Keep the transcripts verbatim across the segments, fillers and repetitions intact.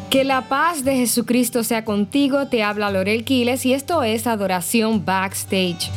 Que la paz de Jesucristo sea contigo, te habla Lorel Quiles y esto es Adoración Backstage.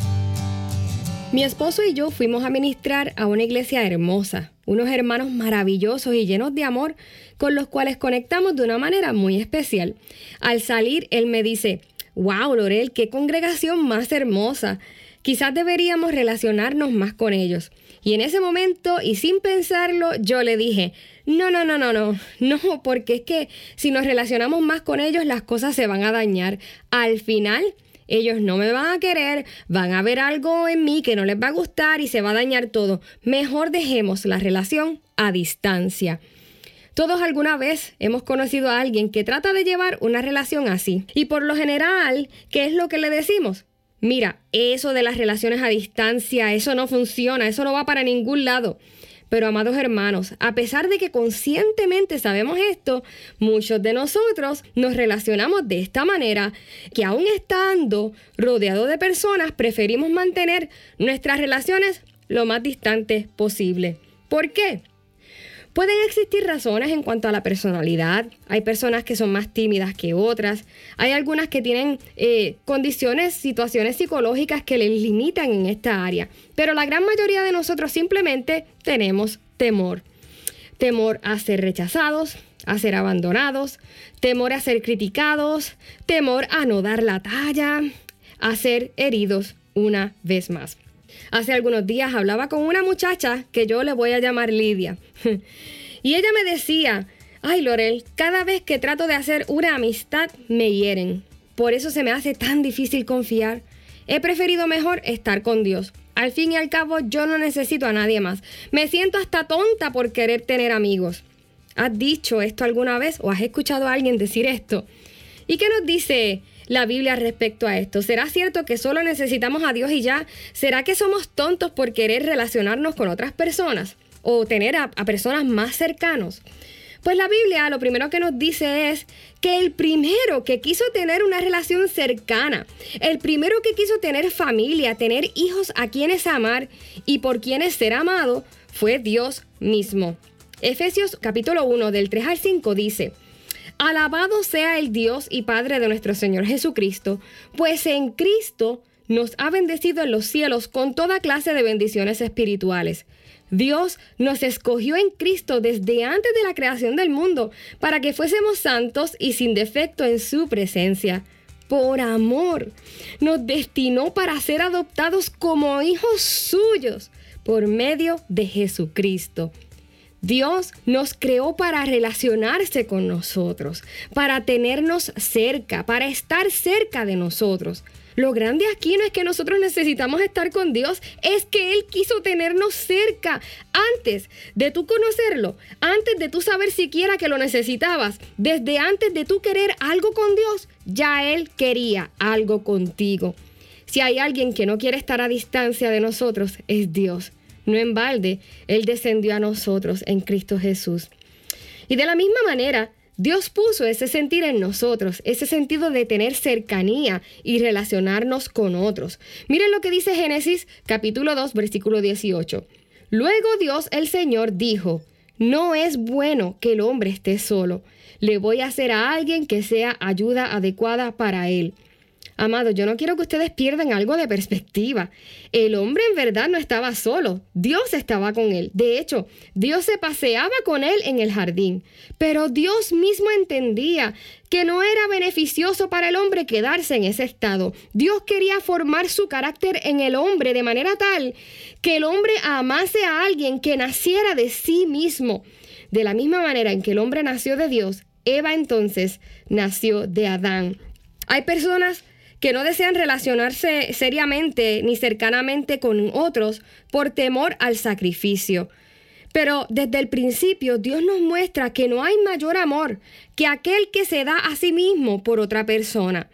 Mi esposo y yo fuimos a ministrar a una iglesia hermosa, unos hermanos maravillosos y llenos de amor con los cuales conectamos de una manera muy especial. Al salir, él me dice, wow, Lorel, qué congregación más hermosa. Quizás deberíamos relacionarnos más con ellos. Y en ese momento, y sin pensarlo, yo le dije, no, no, no, no, no, no, porque es que si nos relacionamos más con ellos, las cosas se van a dañar. Al final, ellos no me van a querer, van a ver algo en mí que no les va a gustar y se va a dañar todo. Mejor dejemos la relación a distancia. Todos alguna vez hemos conocido a alguien que trata de llevar una relación así. Y por lo general, ¿qué es lo que le decimos? Mira, eso de las relaciones a distancia, eso no funciona, eso no va para ningún lado. Pero, amados hermanos, a pesar de que conscientemente sabemos esto, muchos de nosotros nos relacionamos de esta manera, que aún estando rodeados de personas, preferimos mantener nuestras relaciones lo más distantes posible. ¿Por qué? Pueden existir razones en cuanto a la personalidad. Hay personas que son más tímidas que otras. Hay algunas que tienen eh, condiciones, situaciones psicológicas que les limitan en esta área. Pero la gran mayoría de nosotros simplemente tenemos temor. Temor a ser rechazados, a ser abandonados, temor a ser criticados, temor a no dar la talla, a ser heridos una vez más. Hace algunos días hablaba con una muchacha que yo le voy a llamar Lidia. Y ella me decía, ay Lorel, cada vez que trato de hacer una amistad me hieren. Por eso se me hace tan difícil confiar. He preferido mejor estar con Dios. Al fin y al cabo yo no necesito a nadie más. Me siento hasta tonta por querer tener amigos. ¿Has dicho esto alguna vez o has escuchado a alguien decir esto? ¿Y qué nos dice la Biblia respecto a esto? ¿Será cierto que solo necesitamos a Dios y ya? ¿Será que somos tontos por querer relacionarnos con otras personas o tener a, a personas más cercanos? Pues la Biblia lo primero que nos dice es que el primero que quiso tener una relación cercana, el primero que quiso tener familia, tener hijos a quienes amar y por quienes ser amado, fue Dios mismo. Efesios capítulo uno del tres al cinco dice: alabado sea el Dios y Padre de nuestro Señor Jesucristo, pues en Cristo nos ha bendecido en los cielos con toda clase de bendiciones espirituales. Dios nos escogió en Cristo desde antes de la creación del mundo para que fuésemos santos y sin defecto en su presencia. Por amor, nos destinó para ser adoptados como hijos suyos por medio de Jesucristo. Dios nos creó para relacionarse con nosotros, para tenernos cerca, para estar cerca de nosotros. Lo grande aquí no es que nosotros necesitamos estar con Dios, es que Él quiso tenernos cerca antes de tú conocerlo, antes de tú saber siquiera que lo necesitabas, desde antes de tú querer algo con Dios, ya Él quería algo contigo. Si hay alguien que no quiere estar a distancia de nosotros, es Dios. No en balde, Él descendió a nosotros en Cristo Jesús. Y de la misma manera, Dios puso ese sentir en nosotros, ese sentido de tener cercanía y relacionarnos con otros. Miren lo que dice Génesis capítulo dos, versículo dieciocho. Luego Dios el Señor dijo, no es bueno que el hombre esté solo. Le voy a hacer a alguien que sea ayuda adecuada para él. Amados, yo no quiero que ustedes pierdan algo de perspectiva. El hombre en verdad no estaba solo. Dios estaba con él. De hecho, Dios se paseaba con él en el jardín. Pero Dios mismo entendía que no era beneficioso para el hombre quedarse en ese estado. Dios quería formar su carácter en el hombre de manera tal que el hombre amase a alguien que naciera de sí mismo. De la misma manera en que el hombre nació de Dios, Eva entonces nació de Adán. Hay personas que no desean relacionarse seriamente ni cercanamente con otros por temor al sacrificio. Pero desde el principio Dios nos muestra que no hay mayor amor que aquel que se da a sí mismo por otra persona.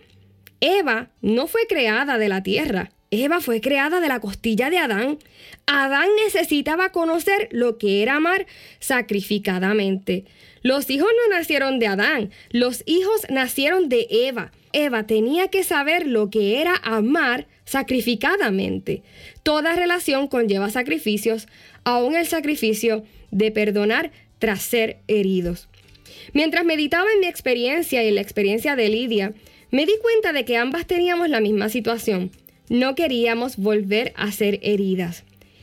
Eva no fue creada de la tierra. Eva fue creada de la costilla de Adán. Adán necesitaba conocer lo que era amar sacrificadamente. Los hijos no nacieron de Adán, los hijos nacieron de Eva. Eva tenía que saber lo que era amar sacrificadamente. Toda relación conlleva sacrificios, aun el sacrificio de perdonar tras ser heridos. Mientras meditaba en mi experiencia y en la experiencia de Lidia, me di cuenta de que ambas teníamos la misma situación. No queríamos volver a ser heridas.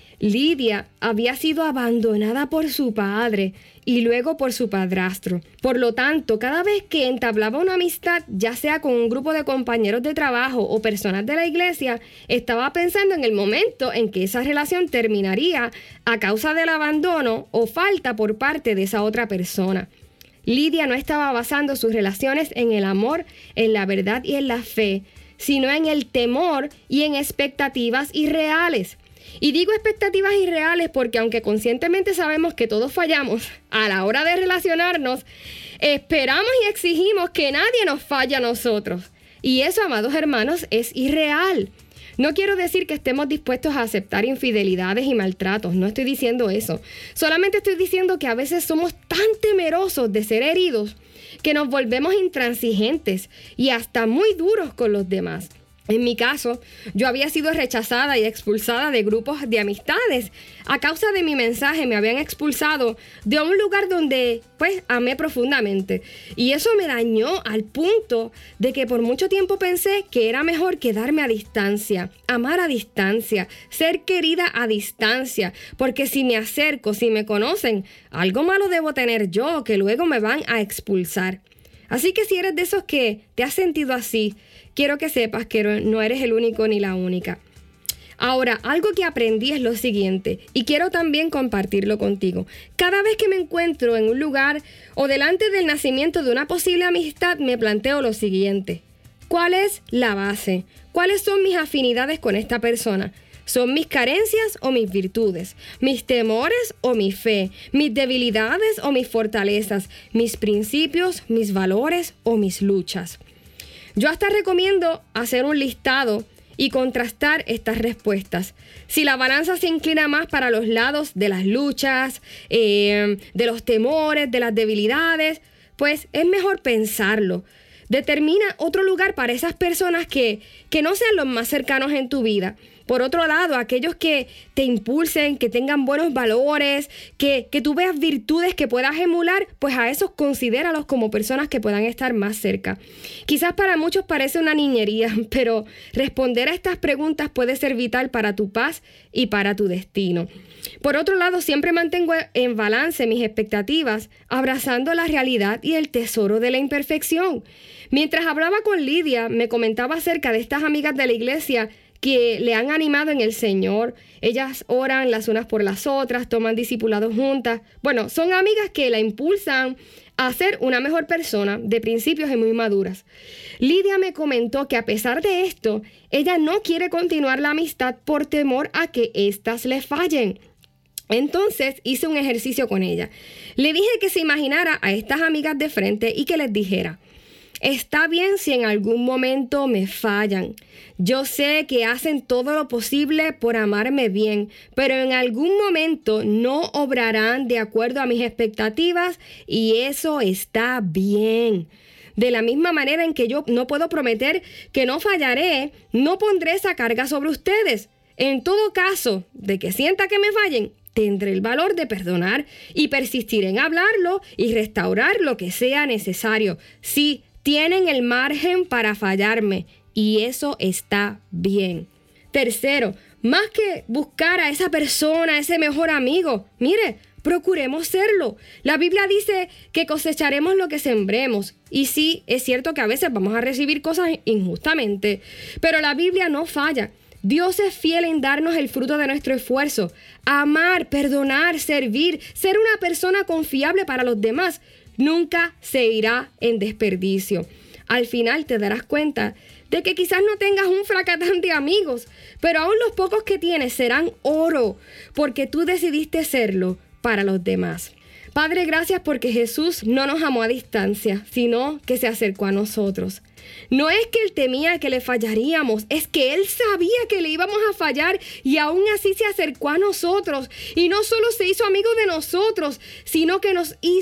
Lidia había sido abandonada por su padre y luego por su padrastro. Por lo tanto, cada vez que entablaba una amistad, ya sea con un grupo de compañeros de trabajo o personas de la iglesia, estaba pensando en el momento en que esa relación terminaría a causa del abandono o falta por parte de esa otra persona. Lidia no estaba basando sus relaciones en el amor, en la verdad y en la fe, sino en el temor y en expectativas irreales. Y digo expectativas irreales porque aunque conscientemente sabemos que todos fallamos a la hora de relacionarnos, esperamos y exigimos que nadie nos falle a nosotros. Y eso, amados hermanos, es irreal. No quiero decir que estemos dispuestos a aceptar infidelidades y maltratos, no estoy diciendo eso. Solamente estoy diciendo que a veces somos tan temerosos de ser heridos que nos volvemos intransigentes y hasta muy duros con los demás. En mi caso, yo había sido rechazada y expulsada de grupos de amistades. A causa de mi mensaje me habían expulsado de un lugar donde, pues, amé profundamente. Y eso me dañó al punto de que por mucho tiempo pensé que era mejor quedarme a distancia, amar a distancia, ser querida a distancia. Porque si me acerco, si me conocen, algo malo debo tener yo, que luego me van a expulsar. Así que si eres de esos que te has sentido así, quiero que sepas que no eres el único ni la única. Ahora, algo que aprendí es lo siguiente, y quiero también compartirlo contigo. Cada vez que me encuentro en un lugar o delante del nacimiento de una posible amistad, me planteo lo siguiente. ¿Cuál es la base? ¿Cuáles son mis afinidades con esta persona? ¿Son mis carencias o mis virtudes? ¿Mis temores o mi fe? ¿Mis debilidades o mis fortalezas? ¿Mis principios, mis valores o mis luchas? Yo hasta recomiendo hacer un listado y contrastar estas respuestas. Si la balanza se inclina más para los lados de las luchas, eh, de los temores, de las debilidades, pues es mejor pensarlo. Determina otro lugar para esas personas que, que no sean los más cercanos en tu vida. Por otro lado, aquellos que te impulsen, que tengan buenos valores, que, que tú veas virtudes que puedas emular, pues a esos considéralos como personas que puedan estar más cerca. Quizás para muchos parece una niñería, pero responder a estas preguntas puede ser vital para tu paz y para tu destino. Por otro lado, siempre mantengo en balance mis expectativas, abrazando la realidad y el tesoro de la imperfección. Mientras hablaba con Lidia, me comentaba acerca de estas amigas de la iglesia que le han animado en el Señor. Ellas oran las unas por las otras, toman discipulados juntas. Bueno, son amigas que la impulsan a ser una mejor persona, de principios y muy maduras. Lidia me comentó que a pesar de esto, ella no quiere continuar la amistad por temor a que éstas le fallen. Entonces hice un ejercicio con ella. Le dije que se imaginara a estas amigas de frente y que les dijera: está bien si en algún momento me fallan. Yo sé que hacen todo lo posible por amarme bien, pero en algún momento no obrarán de acuerdo a mis expectativas y eso está bien. De la misma manera en que yo no puedo prometer que no fallaré, no pondré esa carga sobre ustedes. En todo caso, de que sienta que me fallen, tendré el valor de perdonar y persistir en hablarlo y restaurar lo que sea necesario. Sí, tienen el margen para fallarme y eso está bien. Tercero, más que buscar a esa persona, a ese mejor amigo, mire, procuremos serlo. La Biblia dice que cosecharemos lo que sembremos. Y sí, es cierto que a veces vamos a recibir cosas injustamente, pero la Biblia no falla. Dios es fiel en darnos el fruto de nuestro esfuerzo. Amar, perdonar, servir, ser una persona confiable para los demás nunca se irá en desperdicio. Al final te darás cuenta de que quizás no tengas un fracatán de amigos, pero aún los pocos que tienes serán oro, porque tú decidiste serlo para los demás. Padre, gracias porque Jesús no nos amó a distancia, sino que se acercó a nosotros. No es que Él temía que le fallaríamos, es que Él sabía que le íbamos a fallar y aún así se acercó a nosotros. Y no solo se hizo amigo de nosotros, sino que nos hizo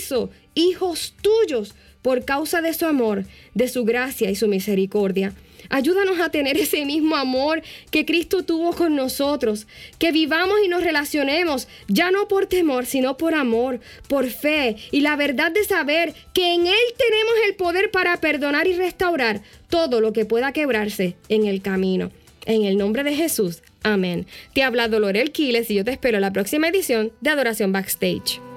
hijos tuyos por causa de su amor, de su gracia y su misericordia. Ayúdanos a tener ese mismo amor que Cristo tuvo con nosotros, que vivamos y nos relacionemos ya no por temor, sino por amor, por fe y la verdad de saber que en Él tenemos el poder para perdonar y restaurar todo lo que pueda quebrarse en el camino. En el nombre de Jesús, amén. Te ha hablado Lorel Quiles y yo te espero en la próxima edición de Adoración Backstage.